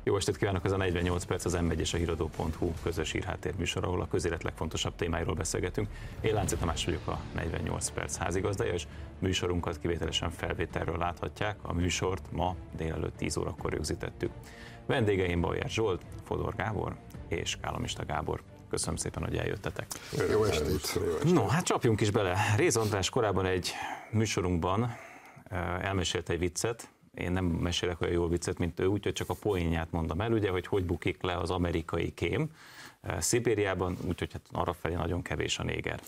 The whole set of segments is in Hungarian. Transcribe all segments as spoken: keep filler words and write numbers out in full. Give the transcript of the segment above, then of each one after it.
Jó estét kívánok, ez a negyvennyolc perc az em egy és a híradó pont hú közös hírháttér műsor, ahol a közélet legfontosabb témáiról beszélgetünk. Én Lánci Tamás vagyok, a negyvennyolc perc házigazdája, és műsorunkat kivételesen felvételről láthatják. A műsort ma délelőtt tíz órakor rögzítettük. Vendégeim Bajer Zsolt, Fodor Gábor és Kállamista Gábor. Köszönöm szépen, hogy eljöttetek. Jó estét! No, hát csapjunk is bele. Réz András korábban egy műsorunkban elmesélte egy viccet. Én nem mesélek olyan jó viccet, mint ő, úgyhogy csak a poénját mondom el, ugye, hogy hogy bukik le az amerikai kém Szibériában, úgyhogy hát arrafelé nagyon kevés a néger.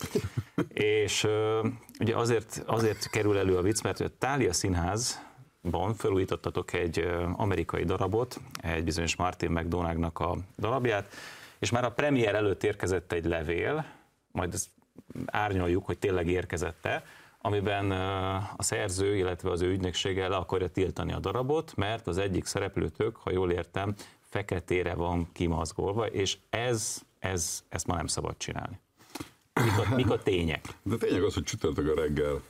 És ugye azért, azért kerül elő a vicc, mert a Thália Színházban felújítottatok egy amerikai darabot, egy bizonyos Martin McDonaghnak a darabját, és már a premier előtt érkezett egy levél, majd ezt árnyaljuk, hogy tényleg érkezett-e, amiben a szerző, illetve az ő ügynöksége le akarja tiltani a darabot, mert az egyik szereplőtök, ha jól értem, feketére van kimazgolva, és ez, ez, ezt ma nem szabad csinálni. Mik a, mik a tények? De tényleg az, hogy csütörtök a reggel,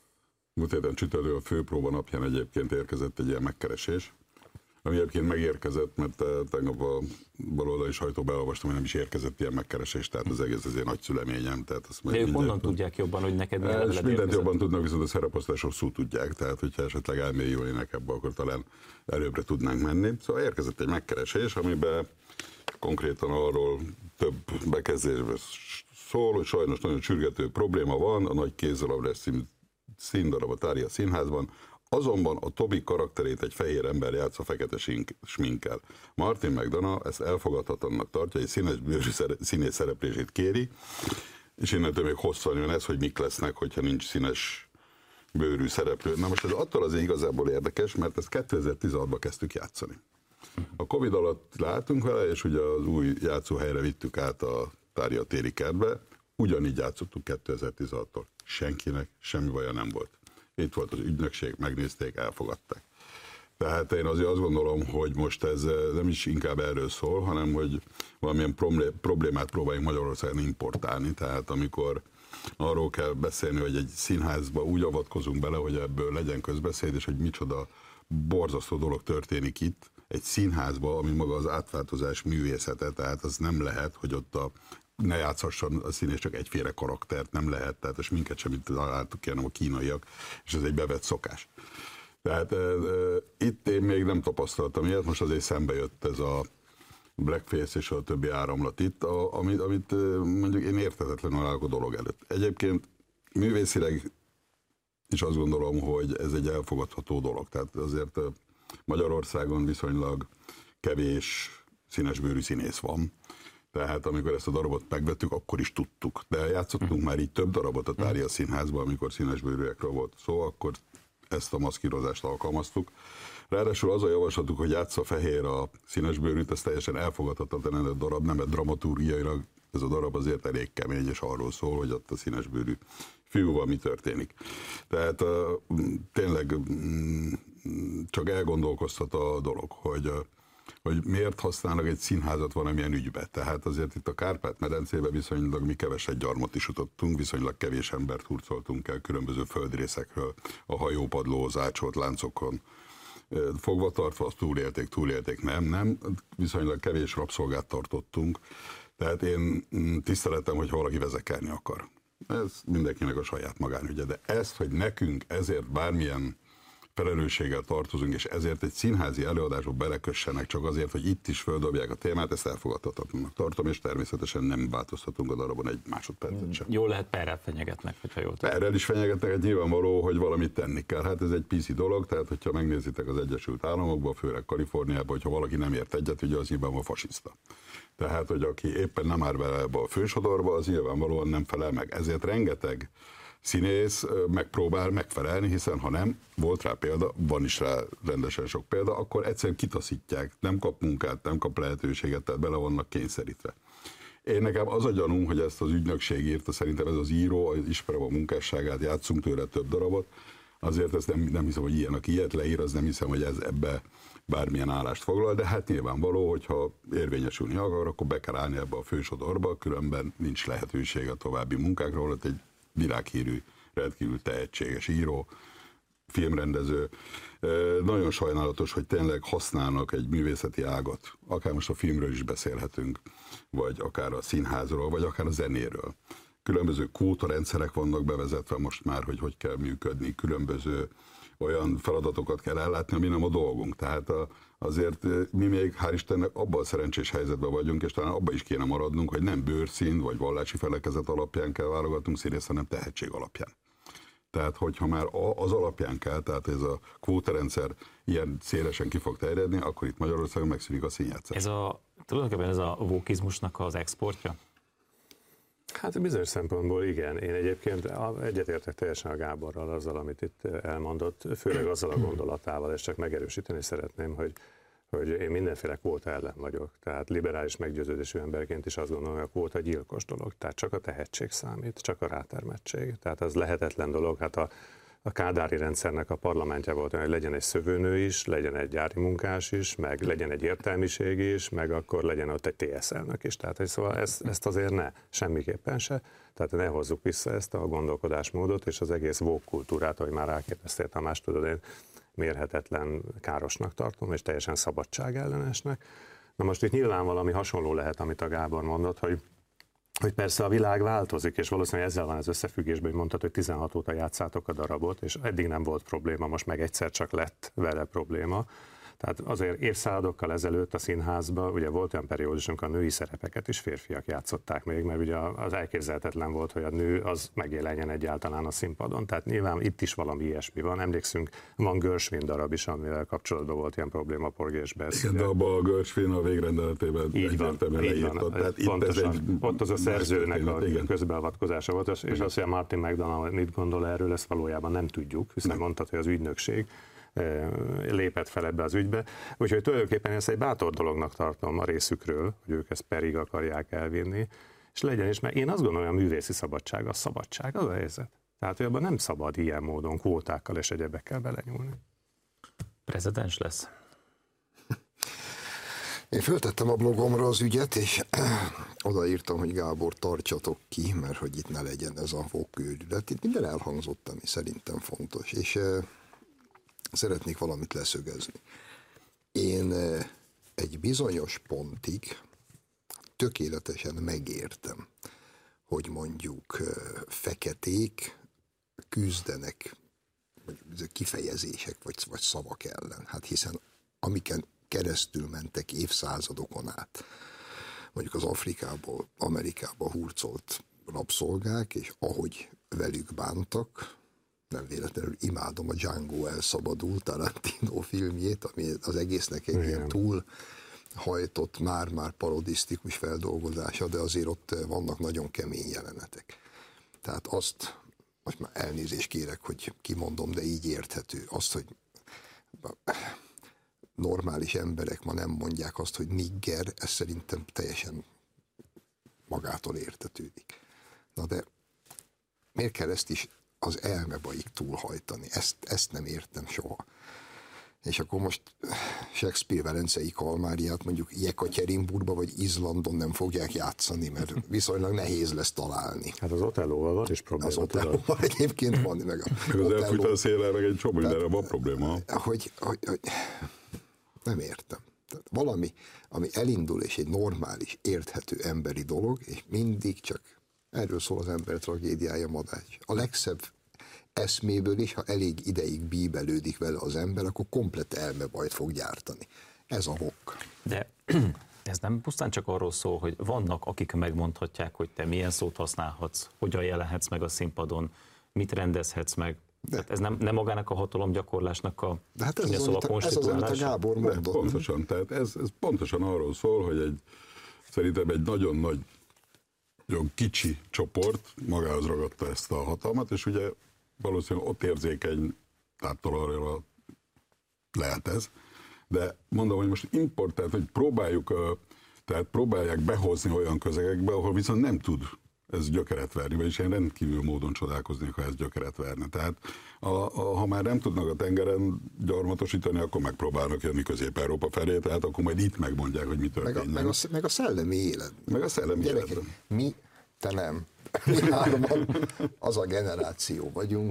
múlt héten csütörtök a főpróba napján egyébként érkezett egy ilyen megkeresés, ami egyébként megérkezett, mert tegnap a baloldali sajtóban elolvastam, hogy nem is érkezett ilyen megkeresés, tehát az egész azért nagy szüleményem. Tehát azt de ők honnan tudják jobban, hogy neked milyen leveled mindent érkezett? Jobban tudnak, viszont a szereposztások szó tudják, tehát hogyha esetleg elmélyülnének ebbe, akkor talán előbbre tudnánk menni. Szóval érkezett egy megkeresés, amiben konkrétan arról több bekezdésben szól, hogy sajnos nagyon sürgető probléma van, a Nagy kézilabda színdarab a Thália Színházban, azonban a Tobi karakterét egy fehér ember játsza fekete sminkkel. Martin McDonagh ezt elfogadhatatlannak tartja, egy színes bőrű színész szereplését kéri, és innentől még hosszan jön ez, hogy mik lesznek, hogyha nincs színes bőrű szereplő. Na most ez attól azért igazából érdekes, mert ezt kétezer-tizenhatban kezdtük játszani. A Covid alatt látunk vele, és ugye az új játszóhelyre vittük át a Thália téri kertbe, ugyanígy játszottuk kétezer-tizenhattól. Senkinek semmi baja nem volt. Itt volt az ügynökség, megnézték, elfogadták. Tehát én azért azt gondolom, hogy most ez nem is inkább erről szól, hanem hogy valamilyen problémát próbáljunk Magyarországon importálni. Tehát amikor arról kell beszélni, hogy egy színházba úgy avatkozunk bele, hogy ebből legyen közbeszéd, és hogy micsoda borzasztó dolog történik itt, egy színházba, ami maga az átváltozás művészete, tehát az nem lehet, hogy ott a ne játszhasson a színész csak egyféle karaktert, nem lehet, tehát és minket sem itt találtuk ki, hanem a kínaiak, és ez egy bevett szokás. Tehát e, e, itt én még nem tapasztaltam ilyet, most azért szembe jött ez a blackface és a többi áramlat itt, a, amit, amit mondjuk én érthetetlenül állok a dolog előtt. Egyébként művészileg is azt gondolom, hogy ez egy elfogadható dolog, tehát azért Magyarországon viszonylag kevés színesbőrű színész van. Tehát amikor ezt a darabot megvettük, akkor is tudtuk. De játszottunk mm. már így több darabot a Thália Színházban, amikor színesbőrűekről volt szó, akkor ezt a maszkírozást alkalmaztuk. Ráadásul az a javaslatuk, hogy játsza fehér a színesbőrűt, ez teljesen elfogadhatatlan, a darab nem egy dramaturgiailag, ez a darab azért elég kemény, és arról szól, hogy ott a színesbőrű fiúval mi történik. Tehát uh, tényleg um, csak elgondolkoztat a dolog, hogy uh, hogy miért használnak egy színházat valamilyen ügybe. Tehát azért itt a Kárpát-medencébe viszonylag mi keveset gyarmat is utottunk, viszonylag kevés embert hurcoltunk el különböző földrészekről, a hajópadlóhoz ácsolt láncokon fogva tartva, azt túlélték, túlélték, nem, nem, viszonylag kevés rabszolgát tartottunk, tehát én tiszteletem, hogy valaki vezekelni akar. Ez mindenkinek a saját magánügye, de ezt, hogy nekünk ezért bármilyen felelősséggel tartozunk, és ezért egy színházi előadásba belekössenek csak azért, hogy itt is földobják a témát, ezt elfogadhatatlannak tartom, és természetesen nem változtatunk a darabon egy másodpercet sem. Jól lehet, perrel fenyegetnek, hogyha jól tudom. Perrel is fenyegetnek, egy nyilvánvaló, hogy valamit tenni kell. Hát ez egy pé cé dolog, tehát hogyha megnézitek az Egyesült Államokban, főleg Kaliforniában, hogyha valaki nem ért egyet, ugye az nyilvánvalóan fasiszta. Tehát, hogy aki éppen nem áll bele ebbe a fősodorba, az nyilvánvalóan nem felel meg. Ezért rengeteg színész megpróbál megfelelni, hiszen ha nem, volt rá példa, van is rá rendesen sok példa, akkor egyszerűen kitaszítják, nem kap munkát, nem kap lehetőséget, tehát bele vannak kényszerítve. Én nekem az a gyanúm, hogy ezt az ügynökség írta, szerintem ez az író, ismerem a munkásságát, játszunk tőle több darabot, azért ezt nem, nem hiszem, hogy ilyen, aki ilyet leír, az nem hiszem, hogy ez ebbe bármilyen állást foglal, de hát nyilvánvaló, hogyha érvényesülni akar, akkor be kell állni ebbe a fősodorba, különben nincs lehetőség a további munkákra, ott egy világhírű, rendkívül tehetséges író, filmrendező. Nagyon sajnálatos, hogy tényleg használnak egy művészeti ágat, akár most a filmről is beszélhetünk, vagy akár a színházról, vagy akár a zenéről. Különböző kvótarendszerek vannak bevezetve most már, hogy hogy kell működni, különböző olyan feladatokat kell ellátni, ami nem a dolgunk. Tehát a, azért mi még, hál' Istennek, abban a szerencsés helyzetben vagyunk, és talán abban is kéne maradnunk, hogy nem bőrszín vagy vallási felekezet alapján kell válogatnunk színészt, hanem tehetség alapján. Tehát, hogyha már az alapján kell, tehát ez a kvótarendszer ilyen szélesen ki fog terjedni, akkor itt Magyarországon megszűnik a színjátszás. Ez a, tulajdonképpen ez a vókizmusnak az exportja? Hát bizonyos szempontból igen. Én egyébként egyetértek teljesen a Gáborral azzal, amit itt elmondott, főleg azzal a gondolatával, és csak megerősíteni szeretném, hogy, hogy én mindenféle kvóta ellen vagyok. Tehát liberális meggyőződésű emberként is azt gondolom, hogy a kvóta gyilkos dolog. Tehát csak a tehetség számít, csak a rátermettség. Tehát az lehetetlen dolog. Hát a, a kádári rendszernek a parlamentje volt, hogy legyen egy szövőnő is, legyen egy gyári munkás is, meg legyen egy értelmiség is, meg akkor legyen ott egy té es elnök is. Tehát szóval ezt, ezt azért ne, semmiképpen se. Tehát ne hozzuk vissza ezt a gondolkodásmódot, és az egész woke kultúrát, ahogy már rákérdeztél Tamás, tudod, én mérhetetlen károsnak tartom, és teljesen szabadságellenesnek. Na most itt nyilván valami hasonló lehet, amit a Gábor mondott, hogy hogy persze a világ változik, és valószínűleg ezzel van az összefüggésben, hogy mondtad, hogy tizenhat óta játszátok a darabot, és eddig nem volt probléma, most meg egyszer csak lett vele probléma. Tehát azért évszázadokkal ezelőtt a színházban ugye volt olyan periódus, amikor a női szerepeket is férfiak játszották még, mert ugye az elképzelhetetlen volt, hogy a nő az megjelenjen egyáltalán a színpadon. Tehát nyilván itt is valami ilyesmi van. Emlékszünk, van Gershwin darab is, amivel kapcsolatban volt ilyen probléma Porgésbe. Igen, de abban a Gershwin a végrendeletében egyértelműen leírta. Tehát itt ez egy ott az a szerzőnek a igen. közbeavatkozása volt, és igen. azt, hogy Martin McDonagh mit gondol erről, ezt valójában nem tudjuk, hiszen nem. mondtad, hogy az ügynökség lépett fel ebbe az ügybe. Úgyhogy tulajdonképpen ezt egy bátor dolognak tartom a részükről, hogy ők ezt perig akarják elvinni, és legyen is, mert én azt gondolom, hogy a művészi szabadság a szabadság, az a helyzet. Tehát, hogy abban nem szabad ilyen módon kvótákkal és egyebekkel belenyúlni. Prezidens lesz? Én föltettem a blogomra az ügyet, és odaírtam, hogy Gábor, tartsatok ki, mert hogy itt ne legyen ez a vókőrület. Itt minden elhangzott, ami szerintem fontos, és szeretnék valamit leszögezni. Én egy bizonyos pontig tökéletesen megértem, hogy mondjuk feketék küzdenek kifejezések vagy, vagy szavak ellen. Hát hiszen amiken keresztül mentek évszázadokon át, mondjuk az Afrikából, Amerikába hurcolt rabszolgák, és ahogy velük bántak, nem véletlenül imádom a Django elszabadult Tarantino filmjét, ami az egésznek egy ilyen túl hajtott, már-már parodisztikus feldolgozása, de azért ott vannak nagyon kemény jelenetek. Tehát azt, most már elnézést kérek, hogy kimondom, de így érthető, azt, hogy normális emberek ma nem mondják azt, hogy nigger, ez szerintem teljesen magától értetődik. Na de miért kell ezt is az elmebaig túlhajtani? Ezt, ezt nem értem soha. És akkor most Shakespeare Velencei Kalmáriát mondjuk Jekaterinburgba vagy Izlandon nem fogják játszani, mert viszonylag nehéz lesz találni. Hát az Otellóval van is probléma. Az Otellóval egyébként van. Meg, a meg az elfújt a szélel, meg egy csomó mindenre van probléma. Hogy, hogy, hogy nem értem. Tehát valami, ami elindul, és egy normális, érthető emberi dolog, és mindig csak erről szól az ember tragédiája, Madács. A legszebb eszméből is, ha elég ideig bíbelődik vele az ember, akkor komplett elmebajt fog gyártani. Ez a vok. De ez nem pusztán csak arról szól, hogy vannak, akik megmondhatják, hogy te milyen szót használhatsz, hogyan jelenhetsz meg a színpadon, mit rendezhetsz meg. De. Ez nem, nem magának a hatalomgyakorlásnak a, de hát ez, az, a, a ez az, amit a Gábor mondott. De, pontosan, tehát ez, ez pontosan arról szól, hogy egy, szerintem egy nagyon nagy, nagyon kicsi csoport magához ragadta ezt a hatalmat, és ugye valószínűleg ott érzékeny tártolóra lehet ez, de mondom, hogy most importált, hogy próbáljuk, tehát próbálják behozni olyan közegekbe, ahol viszont nem tud ez gyökeret verni, vagyis én rendkívül módon csodálkoznék, ha ez gyökeret verne. Tehát a, a, ha már nem tudnak a tengeren gyarmatosítani, akkor megpróbálnak jönni Közép-Európa felé, tehát akkor majd itt megmondják, hogy mi történik. Meg a, meg a, meg a szellemi élet. Meg a szellemi élet. Mi, te nem. Mi hárman az a generáció vagyunk,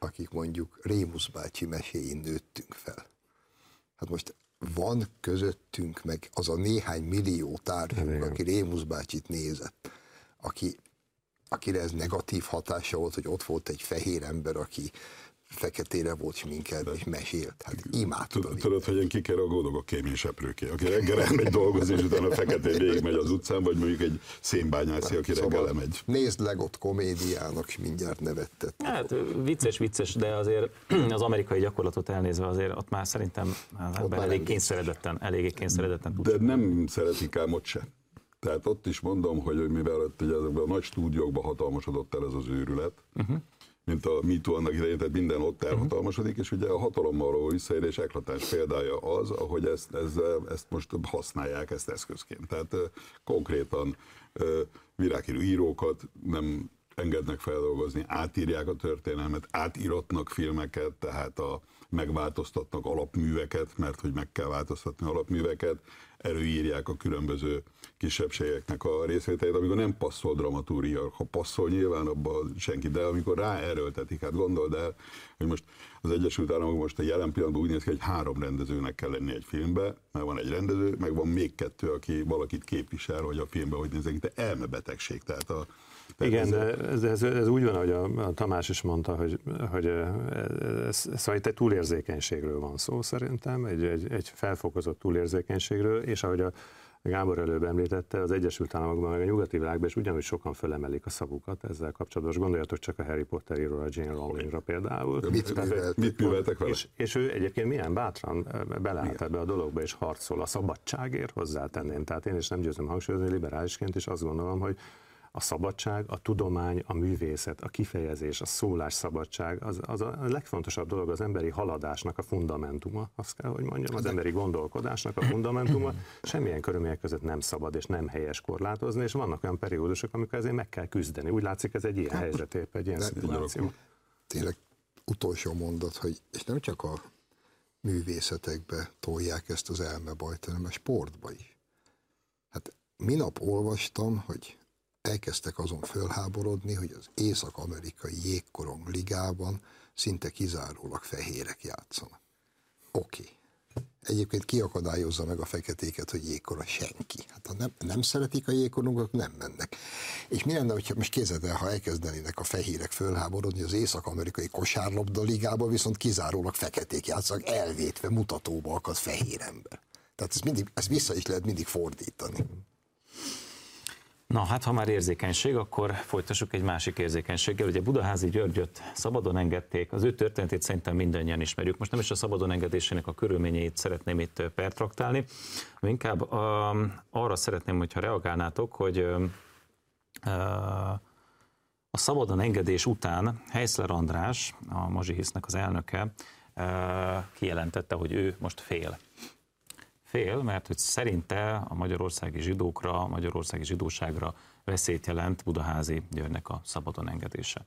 akik mondjuk Rémusz bácsi meséin nőttünk fel. Hát most van közöttünk meg az a néhány millió társunk, aki Rémusz bácsit nézett, aki, akire ez negatív hatása volt, hogy ott volt egy fehér ember, aki feketére volt sminkelve és mesélt. Hát imádtam. Tudod, hogy én kikeragódok a kéményseprőké, aki reggel elmegy dolgozni, és utána feketén végigmegy az utcán, vagy mondjuk egy szénbányászi, aki reggel szóval elmegy. Nézd Legot komédiának, és mindjárt nevettet. Hát vicces, vicces, de azért az amerikai gyakorlatot elnézve azért ott már szerintem hát elég kényszeredetten, eléggé kényszeredetten tud. De nem szeretik ám ott se. Tehát ott is mondom, hogy mivel ott ugye ezekben a nagy stúdiókban hatalmasodott el ez az őrület, uh-huh. mint a MeToo annak idején, tehát minden ott elhatalmasodik, és ugye a hatalommal való visszaélés eklatáns példája az, ahogy ezt, ezt, ezt most használják, ezt eszközként. Tehát konkrétan virágíró írókat nem engednek feldolgozni, átírják a történelmet, átíratnak filmeket, tehát a, megváltoztatnak alapműveket, mert hogy meg kell változtatni alapműveket, előírják a különböző kisebbségeknek a részvételét, amikor nem passzol dramaturgia, ha passzol nyilván abban senki, de amikor ráerőltetik, hát gondold el, hogy most az Egyesült Államok most a jelen pillanatban úgy néz ki, hogy három rendezőnek kell lenni egy filmbe, mert van egy rendező, meg van még kettő, aki valakit képvisel, hogy a filmben hogy néznek, de elmebetegség, tehát a igen, de ez, ez, ez úgy van, ahogy a, a Tamás is mondta, hogy, hogy ez, ez, szóval itt egy túlérzékenységről van szó szerintem, egy, egy, egy felfokozott túlérzékenységről, és ahogy a Gábor előbb említette, az Egyesült Államokban, meg a nyugati világban is ugyanúgy sokan fölemelik a szavukat ezzel kapcsolatban. Most gondoljatok csak a Harry Potteríról, a Jane Rowlingra például. Mit, Tehát, mit műveltek vele? És, és ő egyébként milyen bátran beleállt ebbe a dologba, és harcol a szabadságért, hozzátenném. Tehát én is nem győzöm hangsúlyozni, liberálisként is azt gondolom, hogy a szabadság, a tudomány, a művészet, a kifejezés, a szólásszabadság, az, az a legfontosabb dolog az emberi haladásnak a fundamentuma, azt kell, hogy mondjam, az emberi gondolkodásnak a fundamentuma, semmilyen körülmények között nem szabad és nem helyes korlátozni, és vannak olyan periódusok, amikor ezért meg kell küzdeni. Úgy látszik, ez egy ilyen helyzet, épp egy ilyen szituáció. Tényleg utolsó mondat, hogy és nem csak a művészetekbe tolják ezt az elmebajt, hanem a sportba is. Hát minap olvastam, hogy elkezdtek azon fölháborodni, hogy az észak-amerikai jégkorong ligában szinte kizárólag fehérek játszanak. Oké. Okay. Egyébként ki akadályozza meg a feketéket, hogy jégkorong? Senki. Hát ha nem, nem szeretik a jégkorongokat, nem mennek. És mi lenne, hogyha most képzeld el, ha elkezdenének a fehérek fölháborodni, az észak-amerikai kosárlabda ligában viszont kizárólag feketék játszanak, elvétve mutatóba akad fehér ember. Tehát ezt, mindig, ezt vissza is lehet mindig fordítani. Na, hát ha már érzékenység, akkor folytassuk egy másik érzékenységgel. Ugye Budaházy Györgyöt szabadon engedték, az ő történetét szerintem mindannyian ismerjük. Most nem is a szabadon engedésének a körülményeit szeretném itt pertraktálni, inkább um, arra szeretném, hogyha reagálnátok, hogy um, uh, a szabadon engedés után Heisler András, a Mazsihisznek az elnöke, uh, kijelentette, hogy ő most fél. Fél, mert hogy szerinte a magyarországi zsidókra, a magyarországi zsidóságra veszélyt jelent Budaházy Györgynek a szabadon engedése.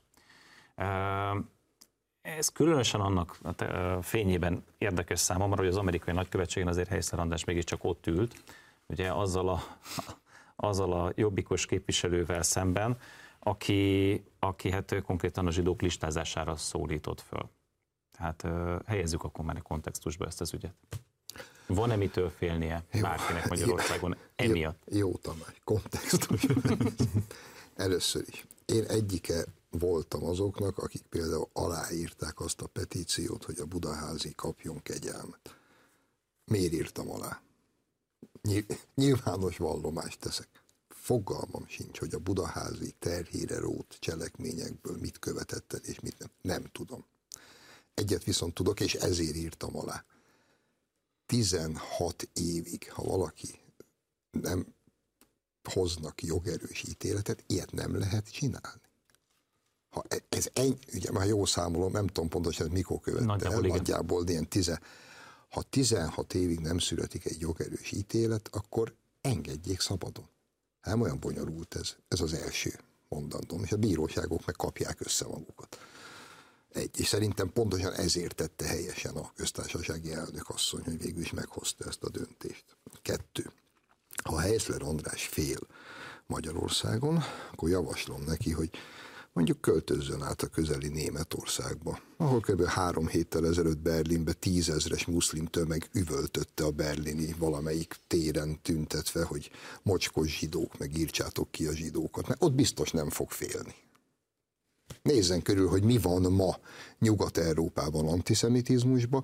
Ez különösen annak fényében érdekes számomra, hogy az amerikai nagykövetségen azért Heisler András mégiscsak ott ült, ugye azzal a, azzal a jobbikos képviselővel szemben, aki, aki hát konkrétan a zsidók listázására szólított föl. Tehát helyezzük akkor már a kontextusba ezt az ügyet. Van-e mitől félnie bárkinek Magyarországon emiatt? Jó, jó Tamás, kontextus. Először is. Én egyike voltam azoknak, akik például aláírták azt a petíciót, hogy a Budaházy kapjon kegyelmet. Miért írtam alá? Nyilvános vallomást teszek. Fogalmam sincs, hogy a Budaházy terhére rót cselekményekből mit követett el, és mit nem. Nem tudom. Egyet viszont tudok, és ezért írtam alá. tizenhat évig, ha valaki nem hoznak jogerős ítéletet, ilyet nem lehet csinálni. Ha ez ennyi, ugye már jó számolom, nem tudom pontosan, mikor követte nagyjából, el, nagyjából ilyen tize, ha tizenhat évig nem születik egy jogerős ítélet, akkor engedjék szabadon. Nem olyan bonyolult ez, ez az első mondandóm, és a bíróságok meg kapják össze magukat. Egy, és szerintem pontosan ezért tette helyesen a köztársasági elnök asszony, hogy végül is meghozta ezt a döntést. Kettő. Ha Heisler András fél Magyarországon, akkor javaslom neki, hogy mondjuk költözzön át a közeli Németországba, ahol kb. három héttel ezelőtt Berlinbe tízezres muszlim tömeg üvöltötte a berlini valamelyik téren tüntetve, hogy mocskos zsidók, meg írtsátok ki a zsidókat, mert ott biztos nem fog félni. Nézzen körül, hogy mi van ma Nyugat-Európában antiszemitizmusban,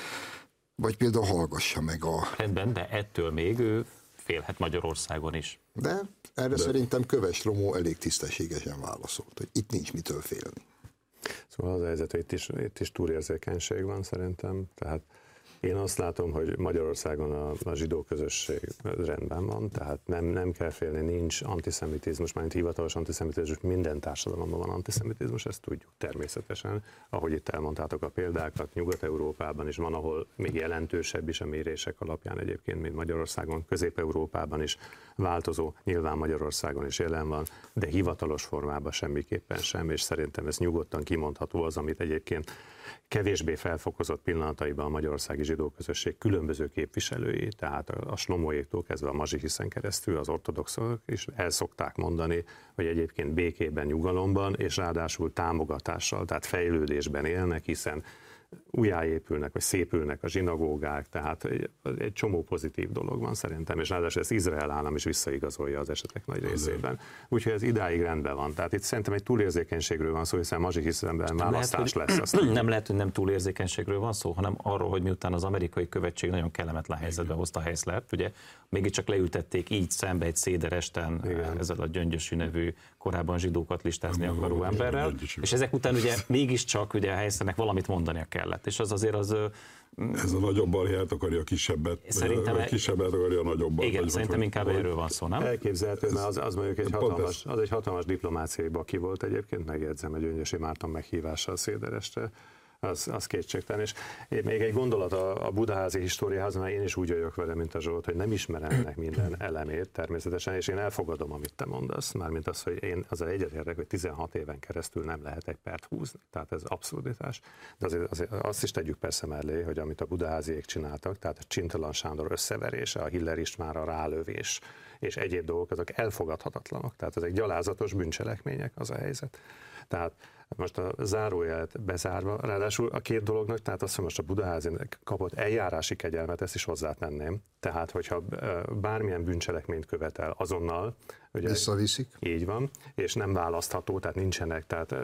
vagy például hallgassa meg a... Rendben, de ettől még ő félhet Magyarországon is. De erre de... szerintem Köves Romó elég tisztességesen válaszolt, hogy itt nincs mitől félni. Szóval az a helyzet, hogy itt is, itt is túlérzékenység van szerintem, tehát én azt látom, hogy Magyarországon a, a zsidó közösség rendben van, tehát nem, nem kell félni, nincs antiszemitizmus, mert hivatalos antiszemitizmus, minden társadalomban van antiszemitizmus, ezt tudjuk természetesen. Ahogy itt elmondtátok a példákat, Nyugat-Európában is van, ahol még jelentősebb is a mérések alapján egyébként, mint Magyarországon, Közép-Európában is változó, nyilván Magyarországon is jelen van, de hivatalos formában semmiképpen sem, és szerintem ez nyugodtan kimondható az, amit egyébként kevésbé felfokozott pillanataiban a magyarországi zsidó közösség különböző képviselői, tehát a Slomóéktól kezdve a Mazsihiszen keresztül az ortodoxok is el szokták mondani, hogy egyébként békében, nyugalomban, és ráadásul támogatással, tehát fejlődésben élnek, hiszen újjáépülnek, vagy szépülnek a zsinagógák, tehát egy, egy csomó pozitív dolog van szerintem, és ráadásul ezt Izrael állam is visszaigazolja az esetek nagy részében. Úgyhogy ez idáig rendben van. Tehát itt szerintem egy túlérzékenységről van szó, hiszen Mazsihiszemben választás lehet, lesz. Azt nem lehet, hogy nem túlérzékenységről van szó, hanem arról, hogy miután az amerikai követség nagyon kellemetlen helyzetbe hozta a Heiszlert, ugye mégiscsak leültették így szembe egy széderesten Igen. ezzel a Gyöngyösi nevű korábban zsidókat listázni nem akaró emberrel, és ezek után ugye mégiscsak ugye a Heiszlernek valamit mondania kellett, és az azért az... Ez a nagyobb balhét akarja a kisebbet, szerintem, a kisebbet akarja a nagyobbat. Igen, szerintem vagy, inkább vagy, erről van szó, nem? Elképzelhető, mert az, az mondjuk egy hatalmas, az egy hatalmas diplomáciai baki volt egyébként, megjegyzem, egy Gyöngyösi Márton meghívással Széderestre, az, az kétségtelen. És még egy gondolat a, a budaházi históriához, mert én is úgy vagyok vele, mint a Zsolt, hogy nem ismerem ennek minden elemét természetesen, és én elfogadom, amit te mondasz, mármint az, hogy én azzal egyetértek, hogy tizenhat éven keresztül nem lehet egy pert húzni, tehát ez abszurditás. De azért, azért azt is tegyük persze mellé, hogy amit a budaháziék csináltak, tehát a Csintalan Sándor összeverése, a Hiller Istvánra rálövés, és egyéb dolgok, azok elfogadhatatlanok, tehát ezek gyalázatos bűncselekmények, az a helyzet. Tehát most a zárójelet bezárva, ráadásul a két dolognak, tehát azt, hogy most a Budaházi kapott eljárási kegyelmet, ezt is hozzátenném. Tehát, hogyha bármilyen bűncselekményt követel azonnal, ugye, visszaviszik. Így van, és nem választható, tehát nincsenek, tehát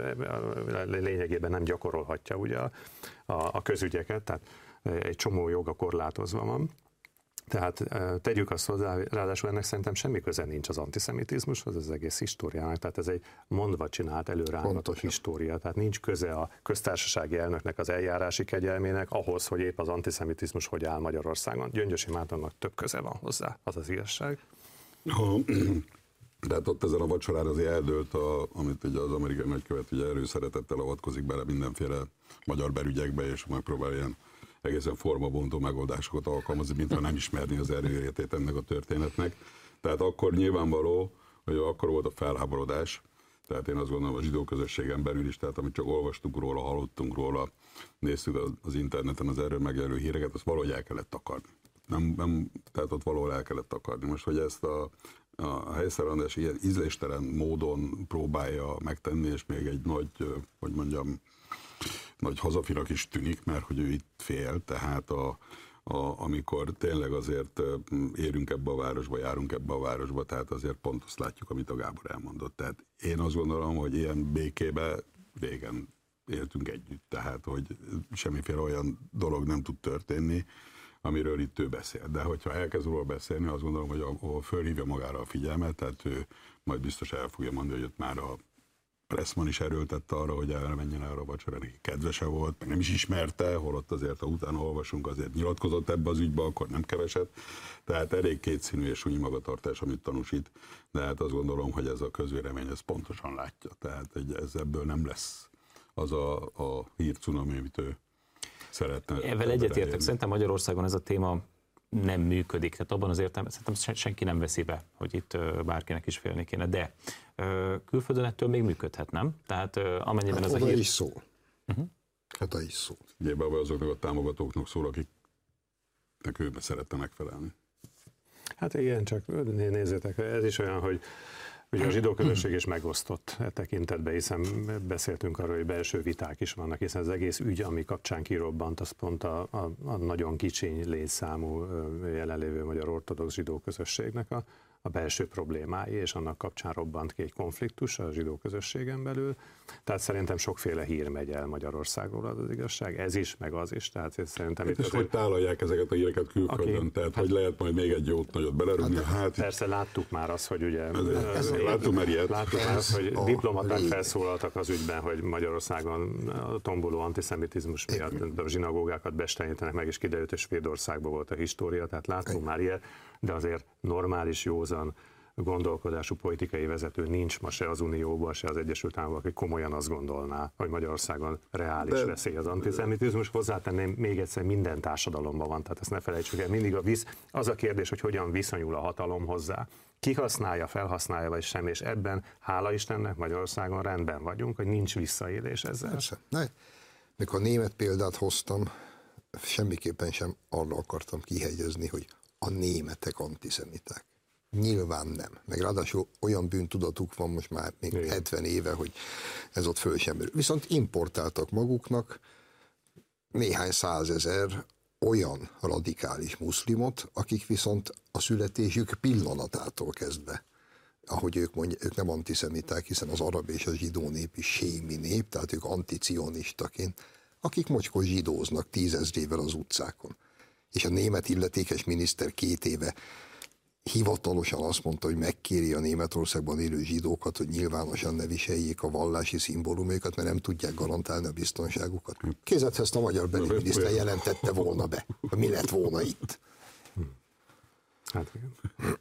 lényegében nem gyakorolhatja ugye a, a, a közügyeket, tehát egy csomó joga korlátozva van. Tehát tegyük azt hozzá, ráadásul ennek szerintem semmi köze nincs az antiszemitizmushoz, az egész históriának, tehát ez egy mondva csinált előrángatott história, tehát nincs köze a köztársasági elnöknek az eljárási kegyelmének ahhoz, hogy épp az antiszemitizmus hogy áll Magyarországon. Gyöngyösi Mártonnak több köze van hozzá, az az igazság. Ha, tehát ott ezen a vacsorán azért eldőlt, a, amit ugye az amerikai nagykövet ugye erőszeretettel avatkozik bele mindenféle magyar belügyekbe, és megpróbál ilyen egészen formabontó megoldásokat alkalmazni, mintha nem ismerni az erőéretét ennek a történetnek. Tehát akkor nyilvánvaló, hogy akkor volt a felháborodás, tehát én azt gondolom a zsidó közösségen belül is, tehát amit csak olvastunk róla, hallottunk róla, néztük az interneten az erről megjelenő híreket, azt valahogy el kellett takarni. Nem, nem, tehát ott valahol el kellett takarni. Most, hogy ezt a, a Heiszler András ilyen ízléstelen módon próbálja megtenni, és még egy nagy, hogy mondjam, nagy hazafinak is tűnik, mert hogy ő itt fél, tehát a, a, amikor tényleg azért érünk ebbe a városba, járunk ebbe a városba, tehát azért pont azt látjuk, amit a Gábor elmondott. Tehát én azt gondolom, hogy ilyen békébe régen éltünk együtt, tehát hogy semmiféle olyan dolog nem tud történni, amiről itt ő beszél. De hogyha elkezd róla beszélni, azt gondolom, hogy ahol fölhívja magára a figyelmet, tehát ő majd biztos el fogja mondani, hogy ott már a Pressman is erőltette arra, hogy elmenjen arra a vacsora, neki kedvese volt, meg nem is ismerte, holott azért, ha utána olvasunk, azért nyilatkozott ebbe az ügybe, akkor nem keveset. Tehát elég kétszínű és súnyi magatartás, amit tanúsít, de hát azt gondolom, hogy ez a közvélemény ezt pontosan látja. Tehát ez ebből nem lesz az a, a hírcunami, amit ő szeretne. Ezzel egyetértek, szerintem Magyarországon ez a téma nem működik. Tehát abban az értelemben szerintem senki nem veszi be, hogy itt bárkinek is félni kéne. De külföldön ettől még működhet, nem? Tehát amennyiben hát ez a hír... is szól. Uh-huh. Hát is szól. Egyébként azoknak a támogatóknak szól, akiknek őbe szeretne megfelelni. Hát igen, csak nézzétek, ez is olyan, hogy Ugye a zsidó közösség is megosztott e tekintetben, hiszen beszéltünk arról, hogy belső viták is vannak, hiszen az egész ügy, ami kapcsán kirobbant, az pont a, a, a nagyon kicsiny létszámú jelenlévő magyar ortodox zsidó közösségnek a, a belső problémái, és annak kapcsán robbant ki egy konfliktus a zsidó közösségen belül. Tehát szerintem sokféle hír megy el Magyarországról, az az igazság. Ez is, meg az is. Tehát szerintem hát itt és hogy tálalják ezeket a híreket külföldön, okay. Tehát hát, hogy lehet majd még egy jót nagyot belerúgni. Hát, hát, persze láttuk már azt, hogy ugye... Ez, ez, láttuk már ilyet. Láttuk már azt, hogy diplomaták felszólaltak az ügyben, hogy Magyarországon a tomboló antiszemitizmus miatt a zsinagógákat bestenítenek meg, és kiderült, hogy Svédországban volt a história, tehát láttunk már ilyet, de azért normális, józan gondolkodású politikai vezető nincs ma se az Unióban, se az Egyesült Államokban, aki komolyan azt gondolná, hogy Magyarországon reális de, veszély az antiszemitizmus. Hozzátenném, még egyszer, minden társadalomban van, tehát ezt ne felejtsük el. Mindig a visz, az a kérdés, hogy hogyan viszonyul a hatalom hozzá. Ki használja, felhasználja, vagy sem, és ebben, hála Istennek, Magyarországon rendben vagyunk, hogy nincs visszaélés ezzel. Persze. Ne. Mikor a német példát hoztam, semmiképpen sem arra akartam kihegyezni, hogy a németek antiszemiták. Nyilván nem. Meg ráadásul olyan bűntudatuk van most már még igen. hetven éve, hogy ez ott föl sem merül. Viszont importáltak maguknak néhány százezer olyan radikális muszlimot, akik viszont a születésük pillanatától kezdve, ahogy ők mondják, ők nem antiszemiták, hiszen az arab és a zsidó nép is sémi nép, tehát ők antiциonistaként, akik mocskos zsidóznak tízezrével az utcákon. És a német illetékes miniszter két éve hivatalosan azt mondta, hogy megkéri a Németországban élő zsidókat, hogy nyilvánosan ne viseljék a vallási szimbólumaikat, mert nem tudják garantálni a biztonságukat. Kézzel ezt a magyar belügyminiszter jelentette volna be, hogy mi lett volna itt. Hát igen.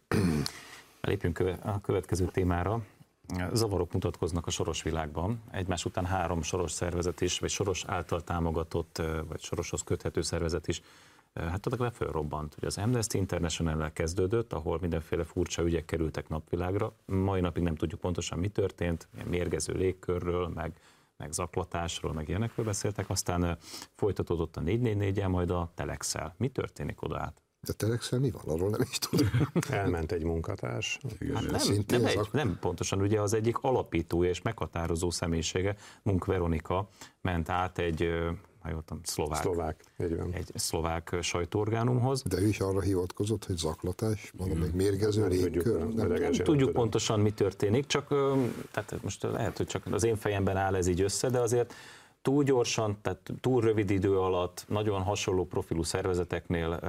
Lépjünk a következő témára. Zavarok mutatkoznak a soros világban. Egymás után három soros szervezet is, vagy soros által támogatott, vagy soroshoz köthető szervezet is hát addig fölrobbant. Ugye az Amnesty International-el kezdődött, ahol mindenféle furcsa ügyek kerültek napvilágra. Mai napig nem tudjuk pontosan, mi történt, mérgező légkörről, meg, meg zaklatásról, meg ilyenekről beszéltek. Aztán folytatódott a négy négy négy-el, majd a Telexel. Mi történik oda át? De Telexel mi van? Arról nem is tudom. Elment egy munkatárs. Hát nem, nem, egy, nem pontosan, ugye az egyik alapítója és meghatározó személyisége, Munk Veronika ment át egy, ha jól tudom, szlovák, szlovák, egy szlovák sajtóorgánumhoz. De ő is arra hivatkozott, hogy zaklatás, mondom, még mérgező légkör. Nem, nem, nem tudjuk pontosan, mi történik, csak tehát most lehet, hogy csak az én fejemben áll ez így össze, de azért túl gyorsan, tehát túl rövid idő alatt nagyon hasonló profilú szervezeteknél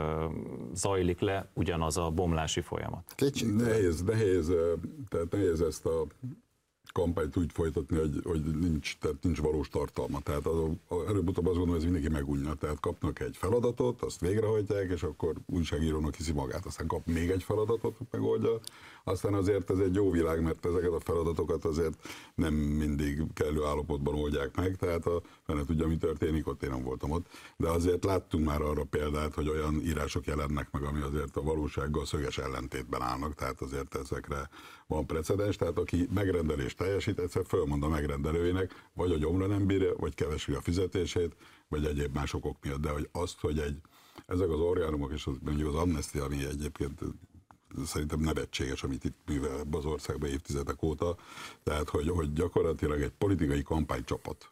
uh, zajlik le ugyanaz a bomlási folyamat. Nehéz, nehéz, tehát nehéz ezt a kampányt úgy folytatni, hogy, hogy nincs, tehát nincs valós tartalma. Tehát az, előbb-utóbb azt gondolom, ez mindenki megunja. Tehát kapnak egy feladatot, azt végrehajtják, és akkor újságírónak hiszi magát. Aztán kap még egy feladatot, megoldja. Aztán azért ez egy jó világ, mert ezeket a feladatokat azért nem mindig kellő állapotban oldják meg. Tehát a fene tudja, mi történik, ott én nem voltam ott. De azért láttunk már arra példát, hogy olyan írások jelennek meg, ami azért a valósággal szöges ellentétben állnak. Tehát azért ezekre van precedens. Tehát aki megrendelést teljesít, egyszer fölmond a megrendelőjének, vagy a gyomra nem bírja, vagy kevesli a fizetését, vagy egyéb más okok miatt. De hogy azt, hogy egy, ezek az orgánumok, és az, mondjuk az Amnesty, ami egyébként szerintem nevetséges, amit itt művel az országban évtizedek óta, tehát hogy, hogy gyakorlatilag egy politikai kampánycsapat.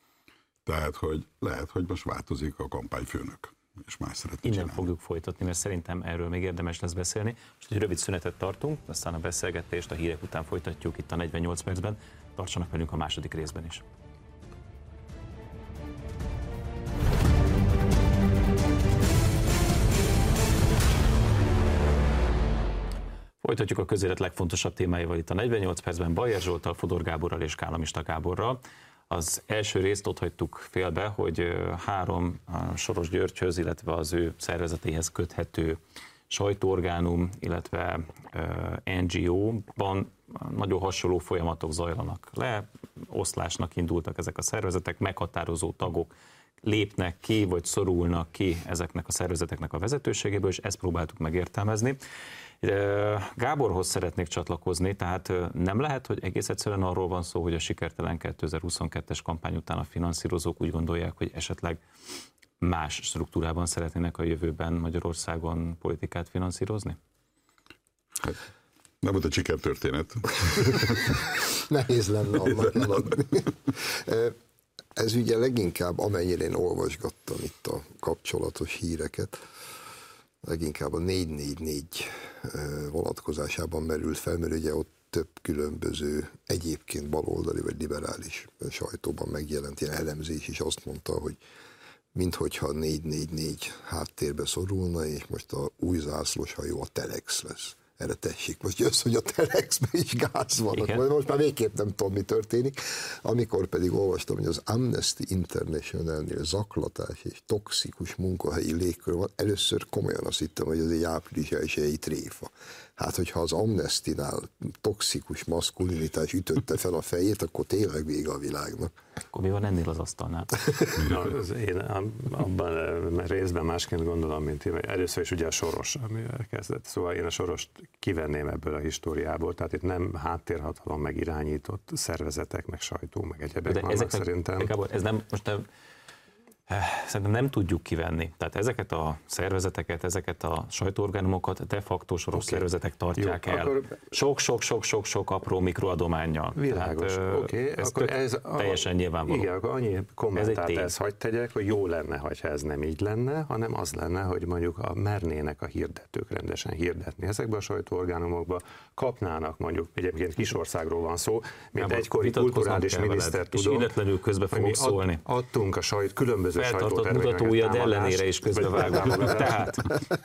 Tehát, hogy lehet, hogy most változik a kampányfőnök, és más szeretne Innen csinálni. fogjuk folytatni, mert szerintem erről még érdemes lesz beszélni. Most egy rövid szünetet tartunk, aztán a beszélgetést a hírek után folytatjuk itt a negyvennyolc percben. Tartsanak velünk a második részben is. Folytatjuk a közélet legfontosabb témáival itt a negyvennyolc percben Bajer Zsolttal, Fodor Gáborral és Kálamista Gáborral. Az első részt ott hagytuk félbe, hogy három Soros Györgyhöz, illetve az ő szervezetéhez köthető sajtóorgánum, illetve en gé ó-ban nagyon hasonló folyamatok zajlanak le, oszlásnak indultak ezek a szervezetek, meghatározó tagok lépnek ki, vagy szorulnak ki ezeknek a szervezeteknek a vezetőségéből, és ezt próbáltuk megértelmezni. Gáborhoz szeretnék csatlakozni, tehát nem lehet, hogy egész egyszerűen arról van szó, hogy a sikertelen kétezer-huszonkettes kampány után a finanszírozók úgy gondolják, hogy esetleg más struktúrában szeretnének a jövőben Magyarországon politikát finanszírozni? Hát, Nem volt egy sikertörténet. Nehéz lenne annak eladni. Ez ugye leginkább, amennyire én olvasgattam itt a kapcsolatos híreket, leginkább a négy négy négy vonatkozásában merült fel, mert ugye ott több különböző egyébként baloldali vagy liberális sajtóban megjelent ilyen elemzés is azt mondta, hogy minthogyha négy négy négy háttérbe szorulna, és most a új zászlós hajó a Telex lesz. Erre tessék, most jössz, hogy a Telexben is gáz van. Most már végképp nem tudom, mi történik. Amikor pedig olvastam, hogy az Amnesty International-nél zaklatás és toxikus munkahelyi légkör van, először komolyan azt hittem, hogy ez egy április elsői tréfa. Hát, hogyha az Amnesty-nál toxikus maszkulinitás ütötte fel a fejét, akkor tényleg vége a világnak. Akkor mi van ennél az asztalnál? Na, az én abban részben másként gondolom, mint én. Először is ugye a Soros, amivel kezdett. Szóval én a Sorost kivenném ebből a históriából, tehát itt nem háttérhatalom meg irányított szervezetek, meg sajtó, meg egyebek de vannak szerintem. Ez nem, most nem, szerintem nem tudjuk kivenni. Tehát ezeket a szervezeteket, ezeket a sajtóorgánumokat de facto Soros okay. szervezetek tartják Jó, el. Sok-sok-sok-sok-sok apró mikroadománnyal. Világos, oké. Okay. Ez akkor ez teljesen a, nyilvánvaló. Igen, akkor annyi kommentát ez ezt hagy tegyek, hogy jó lenne, ha ez nem így lenne, hanem az lenne, hogy mondjuk a mernének a hirdetők rendesen hirdetni ezekbe a sajtóorgánumokba, kapnának mondjuk, egyébként kisországról van szó, mint ja, egykori kulturális miniszter tudom, és illetlenül közbe fogok szólni. Adtunk a sajt különböző feltartott mutatójad ellenére is közbevágunk. Tehát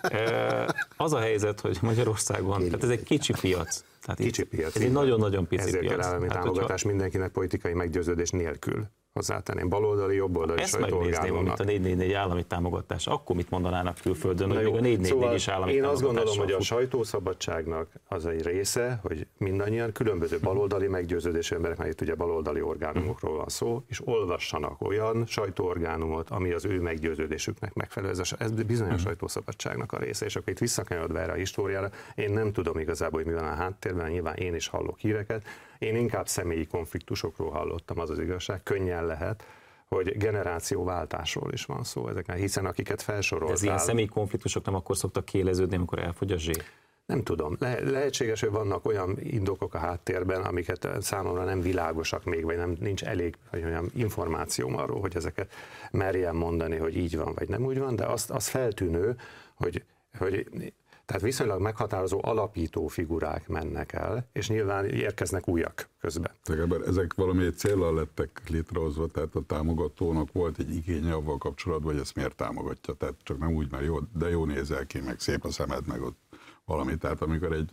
az a helyzet, hogy Magyarországon, tehát ez egy kicsi piac. Tehát kicsi piac. Ez egy nagyon-nagyon pici Ezért piac. Ezért kell állami hát, támogatás hogyha... mindenkinek politikai meggyőződés nélkül. Hozzátenném baloldali, jobboldali sajtóorgánumnak. Ezt megnézném, amit a négy négy négy állami támogatás. Akkor mit mondanának külföldön, hogy még a négy négy négy is állami én támogatás. Én azt gondolom, hogy a sajtószabadságnak az egy része, hogy mindannyian különböző baloldali meggyőződésű emberek, mert itt ugye baloldali orgánumokról van szó, és olvassanak olyan sajtóorgánumot, ami az ő meggyőződésüknek megfelelő. Ez, a, ez bizony a sajtószabadságnak a része, és akkor itt visszakanyarodva erre a históriára, én nem tudom igazából, hogy mi van a háttérben, nyilván én is hallok híreket. Én inkább személyi konfliktusokról hallottam, az az igazság, könnyen lehet, hogy generációváltásról is van szó ezeknél, hiszen akiket felsoroltál... Ez ilyen személyi konfliktusok nem akkor szoktak kiéleződni, amikor elfogy a zsé? Nem tudom. Le- lehetséges, hogy vannak olyan indokok a háttérben, amiket számomra nem világosak még, vagy nem, nincs elég vagy olyan információm arról, hogy ezeket merjem mondani, hogy így van, vagy nem úgy van, de az, az feltűnő, hogy, hogy tehát viszonylag meghatározó alapító figurák mennek el, és nyilván érkeznek újak közben. Tehát ezek valami céllal lettek létrehozva, tehát a támogatónak volt egy igénye avval kapcsolatban, hogy ezt miért támogatja. Tehát csak nem úgy, mert jó, de jó nézel ki, meg szép a szemed, meg ott valami. Tehát amikor egy,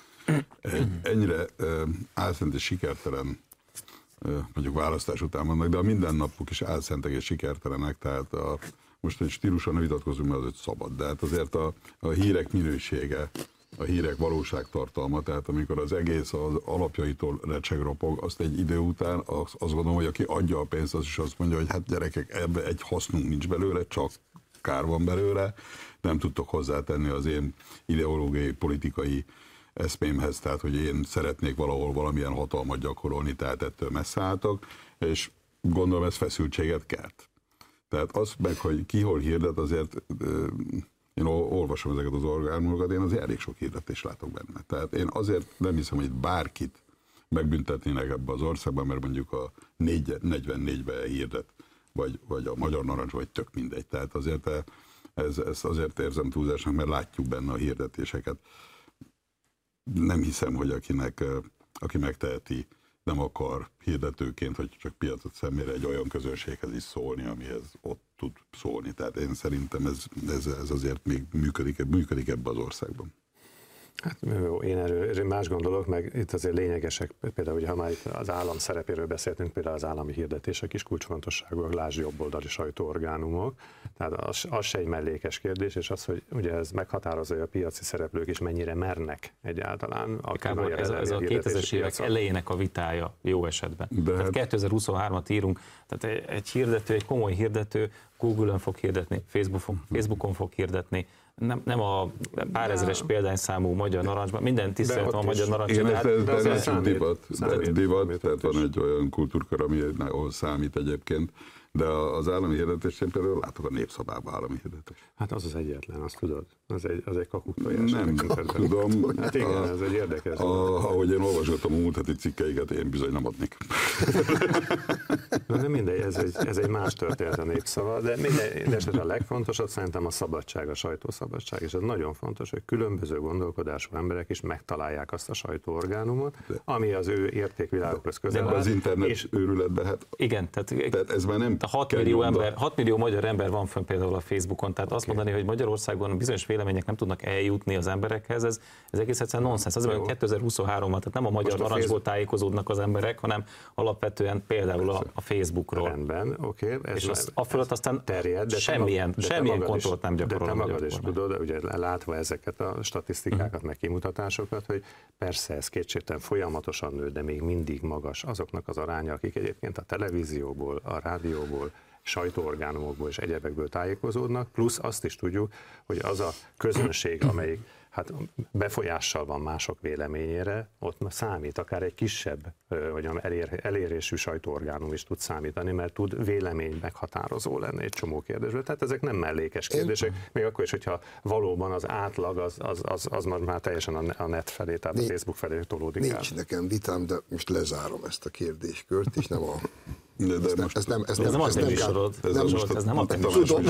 egy ennyire álszent és sikertelen, mondjuk választás után vannak, de a mindennapok is álszentek és sikertelenek, tehát a most egy stíluson vitatkozunk, mert az egy szabad, de hát azért a, a hírek minősége, a hírek valóságtartalma, tehát amikor az egész az alapjaitól recsegropog, azt egy idő után azt, azt gondolom, hogy aki adja a pénzt, az is azt mondja, hogy hát gyerekek, ebbe egy hasznunk nincs belőle, csak kár van belőle, nem tudtok hozzátenni az én ideológiai, politikai eszmémhez, tehát hogy én szeretnék valahol valamilyen hatalmat gyakorolni, tehát ettől messze álltak, és gondolom ez feszültséget kelt. Tehát az meg, hogy ki hol hirdet, azért én olvasom ezeket az orgánumokat, én azért elég sok hirdetést látok benne. Tehát én azért nem hiszem, hogy bárkit megbüntetnének ebbe az országban, mert mondjuk a negyvennégyben hirdet, vagy, vagy a Magyar Narancs, vagy tök mindegy. Tehát azért ez, ez azért érzem túlzásnak, mert látjuk benne a hirdetéseket. Nem hiszem, hogy akinek, aki megteheti, nem akar hirdetőként, hogy csak piacot szemére egy olyan közönséghez is szólni, amihez ott tud szólni. Tehát én szerintem ez, ez, ez azért még működik, működik ebben az országban. Hát jó, én erről más gondolok, meg itt azért lényegesek, például, hogy ha már itt az állam szerepéről beszéltünk, például az állami hirdetések is kulcsfontosságúak, lásd jobboldali sajtóorgánumok, tehát az, az se egy mellékes kérdés, és az, hogy ugye ez meghatározza, hogy a piaci szereplők is mennyire mernek egyáltalán. Kábor, ez, ez a kétezres évek elejének a vitája jó esetben. De tehát hát... kétezer-huszonhármat írunk, tehát egy hirdető, egy komoly hirdető Google-on fog hirdetni, Facebookon, Facebookon fog hirdetni, Nem, nem a pár ezeres példányszámú Magyar Narancsban, minden tiszteletem a Magyar Narancsban. Én ez, ez, ez divat, divat, tehát van egy olyan kultúrkör, ami ahol számít egyébként, De az állami hirdetés, én például látok a Népszabában állami hirdetés. Hát az az egyetlen, azt tudod? Az egy, az egy kakuktojás. Nem tudom. Hát igen, a, ez egy érdekes. A, ahogy én olvasgattam a múlt heti cikkeiket, én bizony nem adnék. Na, de mindegy, ez egy, ez egy más történet a Népszava, de mindesetre a legfontosabb szerintem a szabadság, a sajtószabadság, és ez nagyon fontos, hogy különböző gondolkodású emberek is megtalálják azt a sajtóorgánumot, de, ami az ő értékvilágokhoz közel áll. Az internet és őrületben, hát igen, tehát, tehát ez már nem hat millió, ember, hat millió magyar ember van fönn például a Facebookon, tehát azt okay. mondani, hogy Magyarországon bizonyos vélemények nem tudnak eljutni az emberekhez, ez, ez egész egyszerűen nonsens. Azért mondjuk kétezer-huszonháromban, tehát nem a magyar narancsból tájékozódnak az emberek, hanem alapvetően például a, a Facebookról. Rendben, oké. Okay, és az, a fölött aztán terjed, de semmilyen, de semmilyen kontrollt nem gyakorol. De te magad is tudod, ugye látva ezeket a statisztikákat, mm. meg kimutatásokat, hogy persze ez kétségtelen folyamatosan nő, de még mindig magas azoknak az aránya, akik egyébként a televízióból, a rádióból, sajtóorgánumokból és egyebekből tájékozódnak, plusz azt is tudjuk, hogy az a közönség, amelyik hát befolyással van mások véleményére, ott számít, akár egy kisebb, vagy elér, elérésű sajtóorgánum is tud számítani, mert tud vélemény meghatározó lenni egy csomó kérdésből. Tehát ezek nem mellékes kérdések, még akkor is, hogyha valóban az átlag az, az, az, az már teljesen a net felé, tehát a Facebook felé tolódik el. Nincs nekem vitám, de most lezárom ezt a kérdéskört, és nem a... De, de ez, most ez nem, ez ez nem, nem a ez te nem műsorod, ez, nem, most, ez nem a te tudom,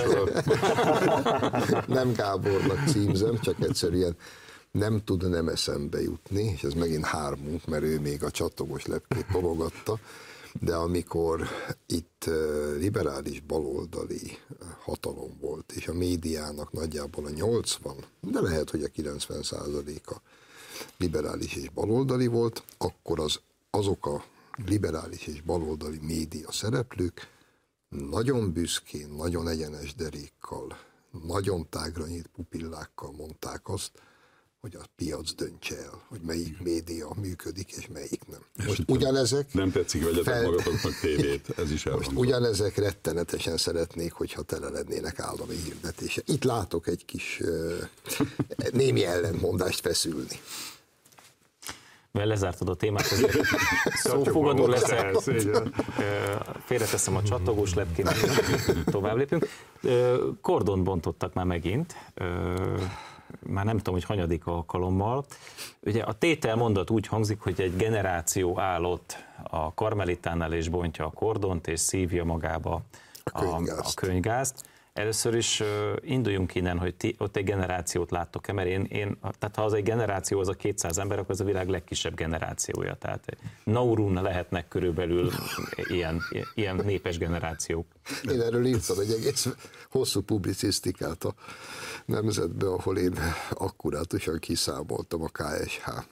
nem Gábornak címzem, csak egyszerűen nem tud nem eszembe jutni, és ez megint hármunk, mert ő még a csattogos lepkét tologatta, de amikor itt liberális baloldali hatalom volt, és a médiának nagyjából a nyolcvan, de lehet, hogy a kilencven százaléka liberális és baloldali volt, akkor az, azok a liberális és baloldali média szereplők nagyon büszkén, nagyon egyenes derékkal, nagyon tágra nyílt pupillákkal mondták azt, hogy a piac döntse el, hogy melyik média működik és melyik nem. Most ugyanezek... Nem tetszik, vegyetek fel... magatoknak tévét, ez is elhangzott. Most ugyanezek rettenetesen szeretnék, hogyha tele lennének állami hirdetése. Itt látok egy kis uh, némi ellentmondást feszülni. Mert lezártad a témát, ezért szófogadó leszek, félreteszem a csattogós lepkét, tovább lépünk. Kordont bontottak már megint, már nem tudom, hogy hanyadik alkalommal. Ugye a tétel mondat úgy hangzik, hogy egy generáció állott a Karmelitánál és bontja a kordont, és szívja magába a könyvgázt. A könyvgázt. Először is uh, induljunk innen, hogy ti ott egy generációt láttok-e, mert én, én, tehát ha az egy generáció, az a kétszáz ember, akkor az a világ legkisebb generációja. Tehát Naurun lehetnek körülbelül ilyen, ilyen népes generációk. Én erről írtam egy egész hosszú publicisztikát a Nemzetbe, ahol én akkurátusan kiszámoltam a ká es há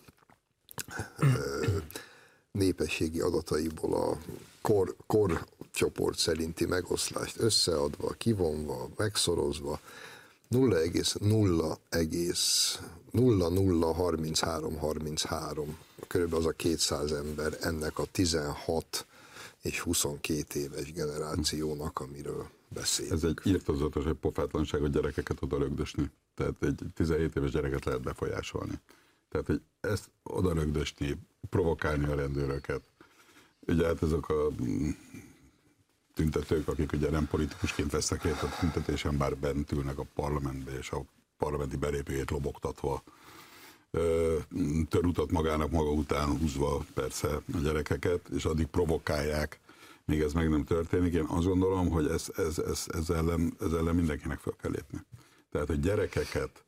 népességi adataiból a kor, kor csoport szerinti megoszlást összeadva, kivonva, megszorozva nulla egész nulla nulla nulla harminchárom harminchárom, körülbelül az a kétszáz ember ennek a tizenhat és huszonkét éves generációnak, amiről beszél. Ez egy írtózatos, egy pofátlanság, hogy gyerekeket oda rögdösni. Tehát egy tizenhét éves gyereket lehet befolyásolni. Tehát, hogy ezt oda rögdösni, provokálni a rendőröket. Ugye hát ezek a tüntetők, akik ugye nem politikusként vesznek ért a tüntetésen, bár bent ülnek a parlamentbe, és a parlamenti belépőjét lobogtatva, törutat magának maga után húzva persze a gyerekeket, és addig provokálják, még ez meg nem történik. Én azt gondolom, hogy ez, ez, ez, ez, ellen, ez ellen mindenkinek fel kell lépni. Tehát, hogy gyerekeket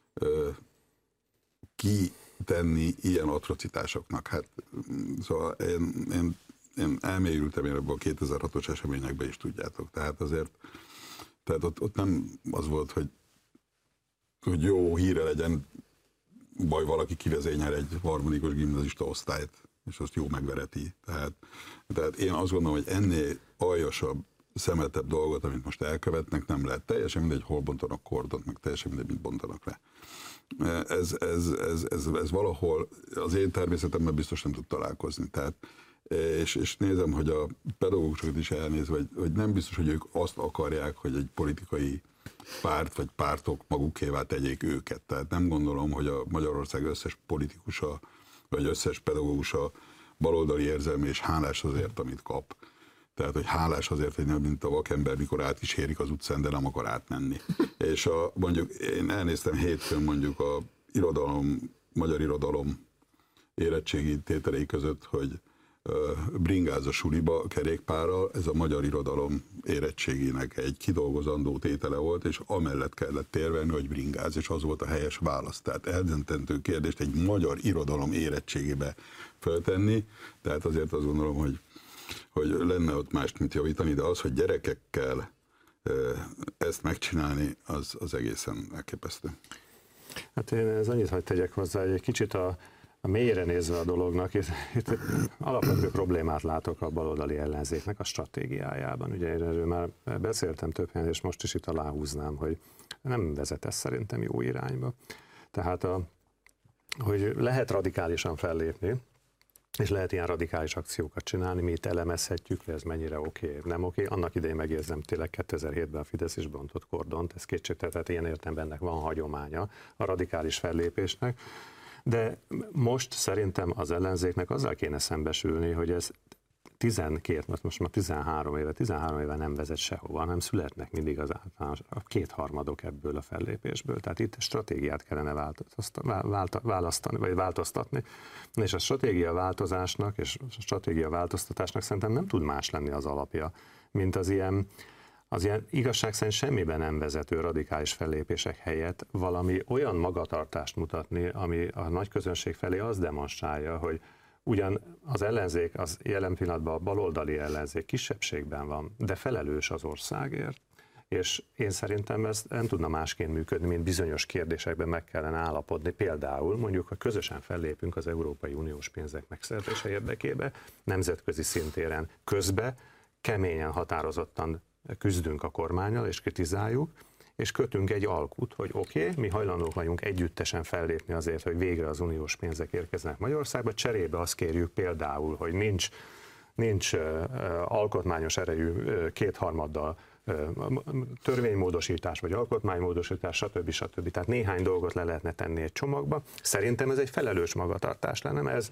kitenni ilyen atrocitásoknak. Hát, szóval én, én, én elmélyültem én ebből a kétezer-hatos eseményekbe is, tudjátok. Tehát azért, tehát ott, ott nem az volt, hogy, hogy jó híre legyen, baj valaki kivezényel egy harmadikos gimnazista osztályt, és azt jó megvereti. Tehát, tehát én azt gondolom, hogy ennél aljasabb, szemetebb dolgot, amit most elkövetnek, nem lehet. Teljesen mindegy, hol bontanak kordont, meg teljesen mindegy, mit bontanak le. Ez, ez, ez, ez, ez valahol az én természetemben biztos nem tud találkozni. Tehát, és, és nézem, hogy a pedagógusokat is elnézve, hogy, hogy nem biztos, hogy ők azt akarják, hogy egy politikai párt vagy pártok magukévá tegyék őket. Tehát nem gondolom, hogy a Magyarország összes politikusa, vagy összes pedagógusa baloldali érzelmi és hálás azért, amit kap. Tehát, hogy hálás azért, hogy nem mint a vakember, mikor átkísérik az utcán, de nem akar átmenni. És a, mondjuk én elnéztem hétfőn mondjuk a irodalom, magyar irodalom érettségi tételei között, hogy bringáz a suliba kerékpárral, ez a magyar irodalom érettségének egy kidolgozandó tétele volt, és amellett kellett érvelni, hogy bringáz, és az volt a helyes válasz. Tehát eldöntendő kérdést egy magyar irodalom érettségébe föltenni, tehát azért azt gondolom, hogy, hogy lenne ott mást, mint javítani, de az, hogy gyerekekkel ezt megcsinálni, az, az egészen elképesztő. Hát én ez annyit hadd tegyek hozzá, hogy egy kicsit a A mélyre nézve a dolognak, itt, itt alapvető problémát látok a baloldali ellenzéknek a stratégiájában. Ugye én erről már beszéltem több helyen, és most is itt aláhúznám, hogy nem vezet ez szerintem jó irányba. Tehát, a, hogy lehet radikálisan fellépni, és lehet ilyen radikális akciókat csinálni, mi itt elemezhetjük, hogy ez mennyire oké, okay, nem oké. Okay. Annak idején megérzem, tényleg kétezer-hétben a Fidesz is bontott kordont, ez kétségtelen, tehát ilyen értelemben ennek van hagyománya a radikális fellépésnek. De most szerintem az ellenzéknek azzal kéne szembesülni, hogy ez tizenkét, most már tizenhárom éve, tizenhárom éve nem vezet sehova, hanem születnek mindig az általános, a kétharmadok ebből a fellépésből. Tehát itt stratégiát kellene választani, vagy változtatni. És a stratégia változásnak és a stratégia változtatásnak szerintem nem tud más lenni az alapja, mint az ilyen az ilyen igazság szerint semmiben nem vezető radikális fellépések helyett valami olyan magatartást mutatni, ami a nagy közönség felé azt demonstrálja, hogy ugyan az ellenzék, az jelen pillanatban a baloldali ellenzék kisebbségben van, de felelős az országért. És én szerintem ez nem tudna másként működni, mint bizonyos kérdésekben meg kellene állapodni. Például mondjuk, ha közösen fellépünk az Európai Uniós pénzek megszerzése érdekébe, nemzetközi szintéren közbe, keményen, határozottan küzdünk a kormánnyal és kritizáljuk, és kötünk egy alkut, hogy oké, okay, mi hajlandók vagyunk együttesen fellépni azért, hogy végre az uniós pénzek érkeznek Magyarországba, cserébe azt kérjük például, hogy nincs, nincs uh, alkotmányos erejű uh, kétharmaddal uh, törvénymódosítás, vagy alkotmánymódosítás, stb. stb. Tehát néhány dolgot le lehetne tenni egy csomagba. Szerintem ez egy felelős magatartás lenne, ez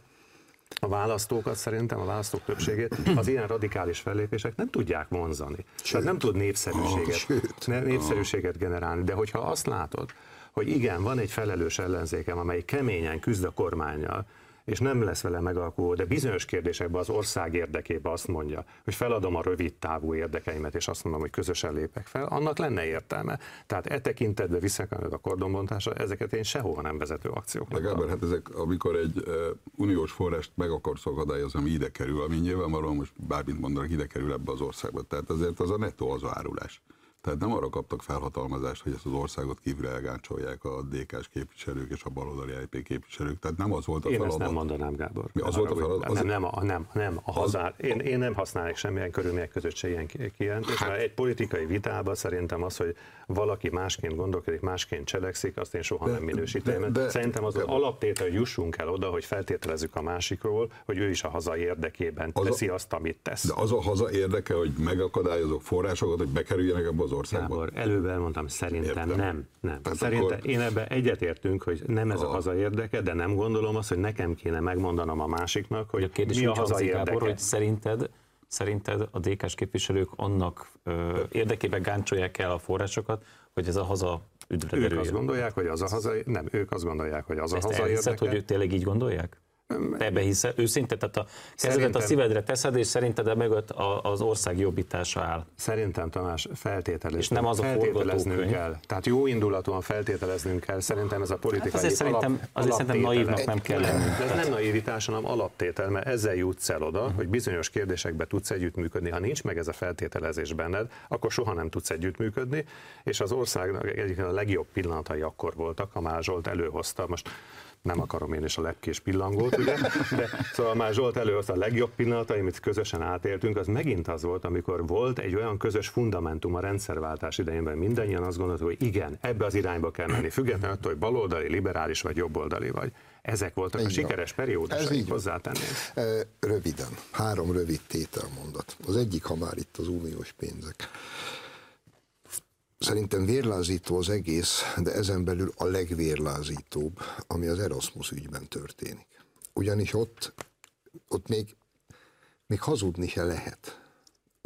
a választókat szerintem, a választók többségét az ilyen radikális fellépések nem tudják vonzani. Sőt. Tehát nem tud népszerűséget, oh, népszerűséget generálni. De hogyha azt látod, hogy igen, van egy felelős ellenzékem, amely keményen küzd a kormánnyal, és nem lesz vele megalkuló, de bizonyos kérdésekben az ország érdekében azt mondja, hogy feladom a rövid távú érdekeimet, és azt mondom, hogy közösen lépek fel, annak lenne értelme. Tehát e tekintetben visszakanyarodva a kordonbontásra, ezeket én sehova nem vezető akcióknak. De Gábor, hát ezek, amikor egy uh, uniós forrást meg akarsz akadályozni, ami ide kerül, ami nyilvánvalóan most bármint mondanak, ide kerül ebbe az országba. Tehát azért az a nettó az árulás. Tehát nem arra kaptak felhatalmazást, hogy ezt az országot kívül elgáncsolják a dé ká-s képviselők és a baloldali i pé képviselők. Tehát nem az volt a feladat. Én ezt nem mondanám, Gábor. Mi, az volt a feladat? Az... Nem, nem, a, nem, nem a hazár. Én, én nem használnék semmilyen körülmények között se ilyen kijelentést, hát... mert egy politikai vitában szerintem az, hogy valaki másként gondolkodik, másként cselekszik, azt én soha de, nem minősítem. De, de, szerintem az, az de, alaptétel, hogy jussunk el oda, hogy feltételezzük a másikról, hogy ő is a haza érdekében az teszi a, azt, amit tesz. De az a haza érdeke, hogy megakadályozok forrásokat, hogy bekerüljenek ebbe az országba. Gábor, előbb elmondtam, szerintem Értem. nem. nem. Szerintem akkor... én ebben egyetértünk, hogy nem ez a, a haza érdeke, de nem gondolom azt, hogy nekem kéne megmondanom a másiknak, hogy a kérdés, mi a haza érdeke. Gábor, hogy szerinted, szerinted a dé ká-s képviselők annak ö, érdekében gáncsolják el a forrásokat, hogy ez a haza üdvre derüljön? Ők azt gondolják, hogy az a haza, nem, ők azt gondolják, hogy az a haza érdeke. Hiszed, hogy ők tényleg így gondolják? Te ebbe hiszel? Őszinte, tehát a kezedet a szívedre teszed, és szerinted mögött az ország jobbítása áll. Szerintem, Tamás, feltételeznünk, és nem az a feltételeznünk kell. Tehát jó indulatúan feltételeznünk kell. Szerintem ez a politikai hát azért alap, szerintem, azért szerintem naívnak nem kell lenni. Ez nem naivitás, hanem alaptétel, mert ezzel jutsz el oda, hogy bizonyos kérdésekben tudsz együttműködni. Ha nincs meg ez a feltételezés benned, akkor soha nem tudsz együttműködni, és az országnak egyik a legjobb pillanatai akkor voltak, ha már Zsolt előhozta. Most nem akarom én is a lepkés pillangót, ugye? De szóval már Zsolt előhozta a legjobb pillanata, amit közösen átéltünk, az megint az volt, amikor volt egy olyan közös fundamentum a rendszerváltás idejében, mindannyian azt gondoltuk, hogy igen, ebbe az irányba kell menni, függetlenül attól, hogy baloldali, liberális vagy jobboldali vagy. Ezek voltak így a sikeres periódusok, hozzátenném. Röviden, három rövid tételmondat. Az egyik, ha már itt az uniós pénzek. Szerintem vérlázító az egész, de ezen belül a legvérlázítóbb, ami az Erasmus ügyben történik. Ugyanis ott, ott még, még hazudni se lehet.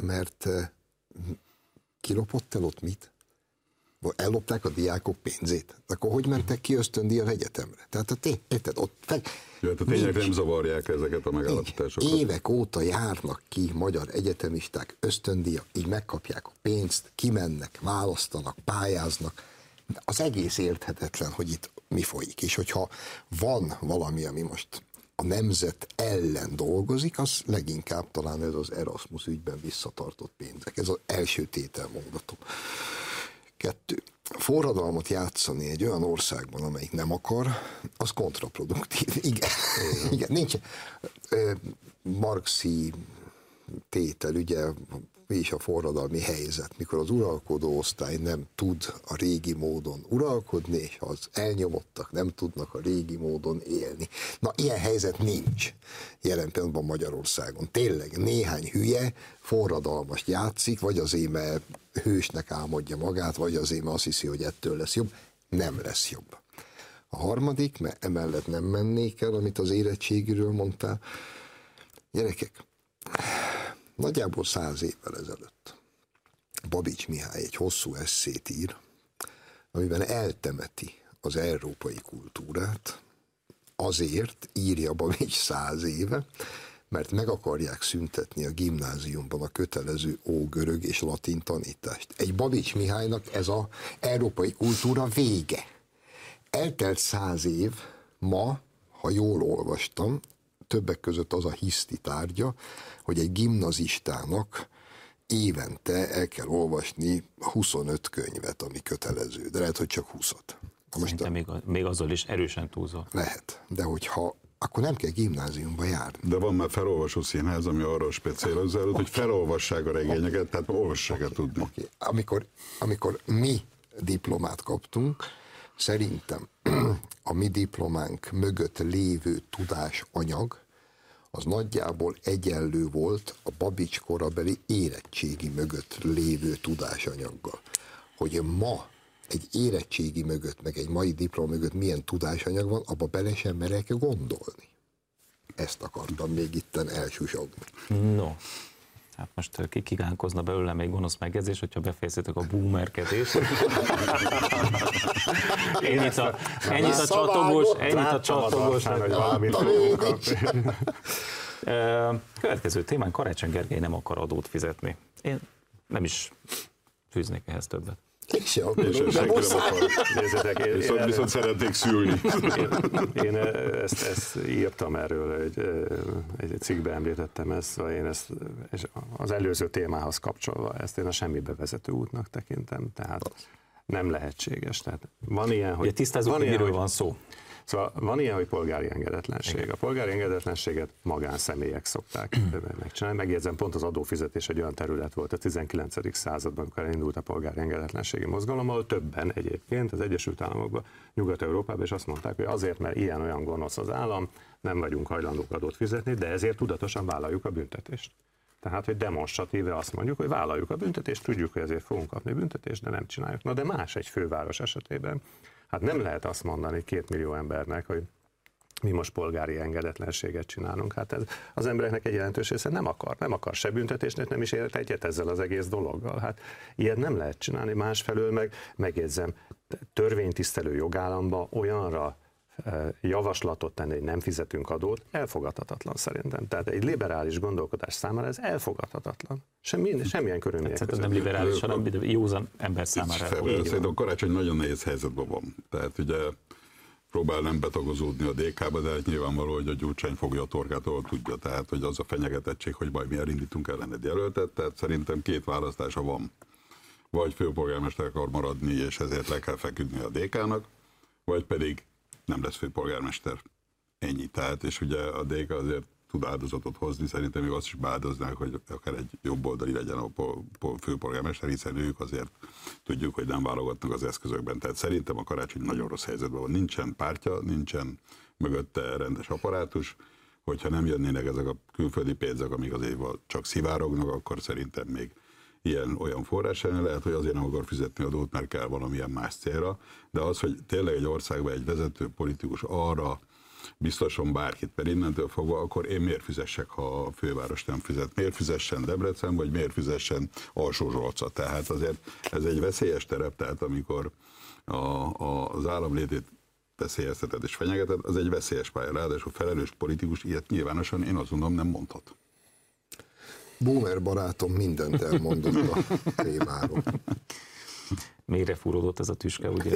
mert kilopott el ott mit? Ellopták a diákok pénzét? Akkor hogy mentek ki ösztöndíjat egyetemre? Tehát a tény, érted, ott fel... Jó, a tényleg nem zavarják ezeket a megállapításokat. Évek óta járnak ki magyar egyetemisták ösztöndíjat, így megkapják a pénzt, kimennek, választanak, pályáznak. Az egész érthetetlen, hogy itt mi folyik. És hogyha van valami, ami most a nemzet ellen dolgozik, az leginkább talán ez az Erasmus ügyben visszatartott pénzek. Ez az első tételmondatom. Kettő. Forradalmat játszani egy olyan országban, amelyik nem akar, az kontraproduktív. Igen, igen, nincs marxi tétel, ugye, mi is a forradalmi helyzet, mikor az uralkodó osztály nem tud a régi módon uralkodni, és az elnyomottak nem tudnak a régi módon élni. Na, ilyen helyzet nincs jelen pillanatban Magyarországon. Tényleg néhány hülye forradalmast játszik, vagy azért, mert hősnek álmodja magát, vagy azért, mert azt hiszi, hogy ettől lesz jobb. Nem lesz jobb. A harmadik, mert emellett nem mennék el, amit az érettségiről mondtál. Gyerekek, nagyjából száz évvel ezelőtt Babics Mihály egy hosszú esszét ír, amiben eltemeti az európai kultúrát, azért írja Babics száz éve, mert meg akarják szüntetni a gimnáziumban a kötelező ógörög és latin tanítást. Egy Babics Mihálynak ez az európai kultúra vége. Eltelt száz év, ma, ha jól olvastam, többek között az a hiszti tárgya, hogy egy gimnazistának évente el kell olvasni huszonöt könyvet, ami kötelező, de lehet, hogy csak húszat. Most a... még, még azzal is erősen túlzol. Lehet, de hogyha akkor nem kell gimnáziumba járni. De van már felolvasó színház, ami arra specializálódott, hogy felolvassák a regényeket, tehát olvassák okay. tudni. Okay. Amikor, amikor mi diplomát kaptunk, szerintem a mi diplománk mögött lévő tudásanyag az nagyjából egyenlő volt a Babics korabeli érettségi mögött lévő tudásanyaggal. Hogy ma egy érettségi mögött, meg egy mai diploma mögött milyen tudásanyag van, abba bele sem merek gondolni. Ezt akartam még itten elsúsogni. No, hát most kikigánkozna belőlem egy gonosz megjegyzés, hogyha befejezitek a boomerkedést. ennyit a, ennyit a csatogós, ennyit a csatogós. Következő témán, Karácsony Gergely nem akar adót fizetni. Én nem is fűznék ehhez többet. Én sem akarom, de most Nézzetek, én, viszont, én, viszont szeretnék szülni. Én, én ezt, ezt írtam erről, egy, egy cikkben említettem ezt, én ezt az előző témához kapcsolva, ezt én a semmibe vezető útnak tekintem, tehát nem lehetséges. Tehát van ilyen, hogy... Ugye tisztázzuk, hogy miről van szó. Szóval van ilyen, hogy polgári engedetlenség. A polgári engedetlenséget magánszemélyek szokták megcsinálni. Megjegyzem, pont az adófizetés egy olyan terület volt a tizenkilencedik században, amikor elindult a polgári engedetlenségi mozgalom, ahol többen egyébként az Egyesült Államokban, Nyugat-Európában, és azt mondták, hogy azért, mert ilyen-olyan gonosz az állam, nem vagyunk hajlandók adót fizetni, de ezért tudatosan vállaljuk a büntetést. Tehát, hogy demonstratíve azt mondjuk, hogy vállaljuk a büntetést, tudjuk, hogy ezért fogunk kapni büntetést, de nem csináljuk. Na de más egy főváros esetében, hát nem lehet azt mondani két millió embernek, hogy mi most polgári engedetlenséget csinálunk. Hát ez az embereknek egy jelentős része nem akar. Nem akar se büntetést, nem is ért egyet ezzel az egész dologgal. Hát ilyet nem lehet csinálni. Másfelől meg, megjegyzem, törvénytisztelő jogállamban olyanra javaslatot tenni, hogy nem fizetünk adót, elfogadhatatlan szerintem. Tehát egy liberális gondolkodás számára ez elfogadhatatlan. Semmi, semmilyen körülmények között. Nem liberális, hanem józan ember számára. Szerintem a Karácsony nagyon nehéz helyzetben van. Tehát ugye próbál nem betagozódni a dé ká-ba, de hát nyilvánvaló, hogy a Gyurcsány fogja a torkát, ahol tudja. Tehát, hogy az a fenyegetettség, hogy majd mi elindítunk ellened jelöltet, tehát szerintem két választása van. Vagy főpolgármester akar maradni, és ezért le kell feküdni a dé ká-nak, vagy pedig nem lesz főpolgármester. Ennyi. Tehát, és ugye a dé ká azért tud áldozatot hozni, szerintem még azt is beáldoznák, hogy akár egy jobb oldali legyen a főpolgármester, hiszen ők azért tudjuk, hogy nem válogatnak az eszközökben. Tehát szerintem a Karácsony nagyon rossz helyzetben van. Nincsen pártja, nincsen mögötte rendes apparátus. Hogyha nem jönnének ezek a külföldi pénzek, amik azért csak szivárognak, akkor szerintem még ilyen olyan forrás lehet, hogy azért nem akar fizetni adót, mert kell valamilyen más célra, de az, hogy tényleg egy országban egy vezető politikus arra biztosan bárkit, mert innentől fogva akkor én miért fizessek, ha a főváros nem fizet? Miért fizessen Debrecen, vagy miért fizessen Alsó-Zsolca? Tehát azért ez egy veszélyes terep, tehát amikor a, a, az állam létét veszélyezteted és fenyegeted, az egy veszélyes pálya. Ráadásul felelős politikus ilyet nyilvánosan, én azt gondolom, nem mondhat. Boomer barátom mindent elmondott a témáról. Mélyre fúródott ez a tüske, ugye?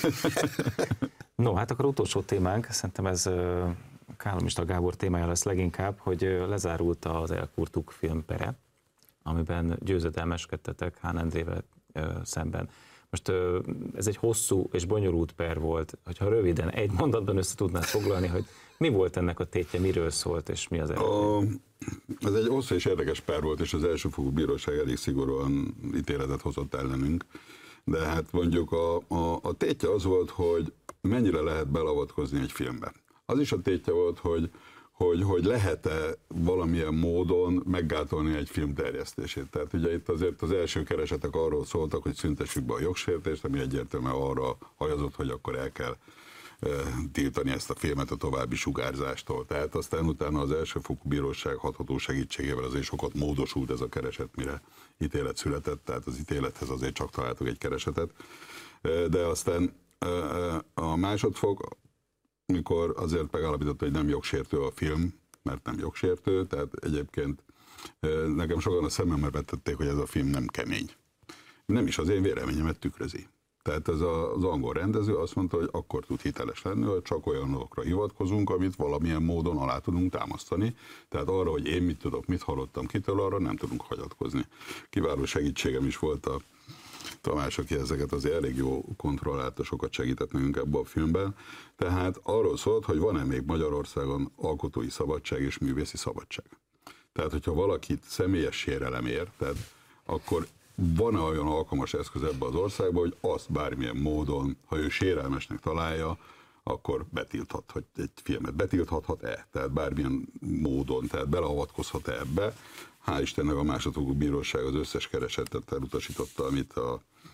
No, hát akkor utolsó témánk, szerintem ez Kálomista Gábor témája lesz leginkább, hogy lezárult az Elkurtuk filmpere, amiben győzedelmeskedtetek Hán Endrével szemben. Most ez egy hosszú és bonyolult per volt, hogyha röviden egy mondatban össze tudnád foglalni, hogy mi volt ennek a tétje, miről szólt, és mi az eredmény? Ez egy hosszú és érdekes per volt, és az elsőfokú bíróság elég szigorúan ítéletet hozott ellenünk. De hát mondjuk a, a, a tétje az volt, hogy mennyire lehet belavatkozni egy filmbe. Az is a tétje volt, hogy, hogy, hogy lehet-e valamilyen módon meggátolni egy film terjesztését. Tehát ugye itt azért az első keresetek arról szóltak, hogy szüntessük be a jogsértést, ami egyértelműen arra hajazott, hogy akkor el kell e, tiltani ezt a filmet a további sugárzástól. Tehát aztán utána az elsőfokú bíróság hatható segítségével azért sokat módosult ez a kereset, mire ítélet született, tehát az ítélethez azért csak találtuk egy keresetet. De aztán a másodfok, mikor azért megállapította, hogy nem jogsértő a film, mert nem jogsértő, tehát egyébként nekem sokan a szememre vetették, hogy ez a film nem kemény. Nem is az én véleményemet tükrözi. Tehát ez az angol rendező azt mondta, hogy akkor tud hiteles lenni, hogy csak olyanokra hivatkozunk, amit valamilyen módon alá tudunk támasztani. Tehát arra, hogy én mit tudok, mit hallottam kitől, arra nem tudunk hagyatkozni. Kiváló segítségem is volt a Tamás, aki ezeket azért elég jó kontrollálta, sokat segített nekünk ebben a filmben. Tehát arról szólt, hogy van-e még Magyarországon alkotói szabadság és művészi szabadság. Tehát, hogyha valakit személyes sérelem ér, tehát akkor van-e olyan alkalmas eszköz ebben az országban, hogy azt bármilyen módon, ha ő sérelmesnek találja, akkor betilthat egy filmet. Betilthathat-e? Tehát bármilyen módon, tehát beleavatkozhat-e ebbe? Hál' Istennek a másodfokú bíróság az összes keresetet elutasította, amit a,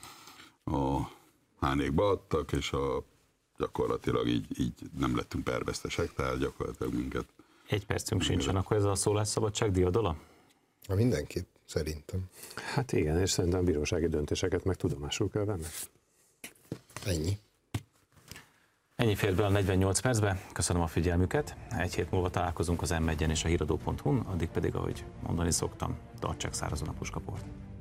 a Hánékba adtak, és a, gyakorlatilag így, így nem lettünk pervesztesek, tehát gyakorlatilag minket. Egy percünk sincsen, akkor ez a szólásszabadság diadala? Ha mindenképp, szerintem. Hát igen, és szerintem a bírósági döntéseket meg tudomásul kell venni. Ennyi. Ennyi fért be a negyvennyolc percbe, köszönöm a figyelmüket. Egy hét múlva találkozunk az em egyen és a híradó pont hu-n, addig pedig, ahogy mondani szoktam, tartsák szárazon a puskaport.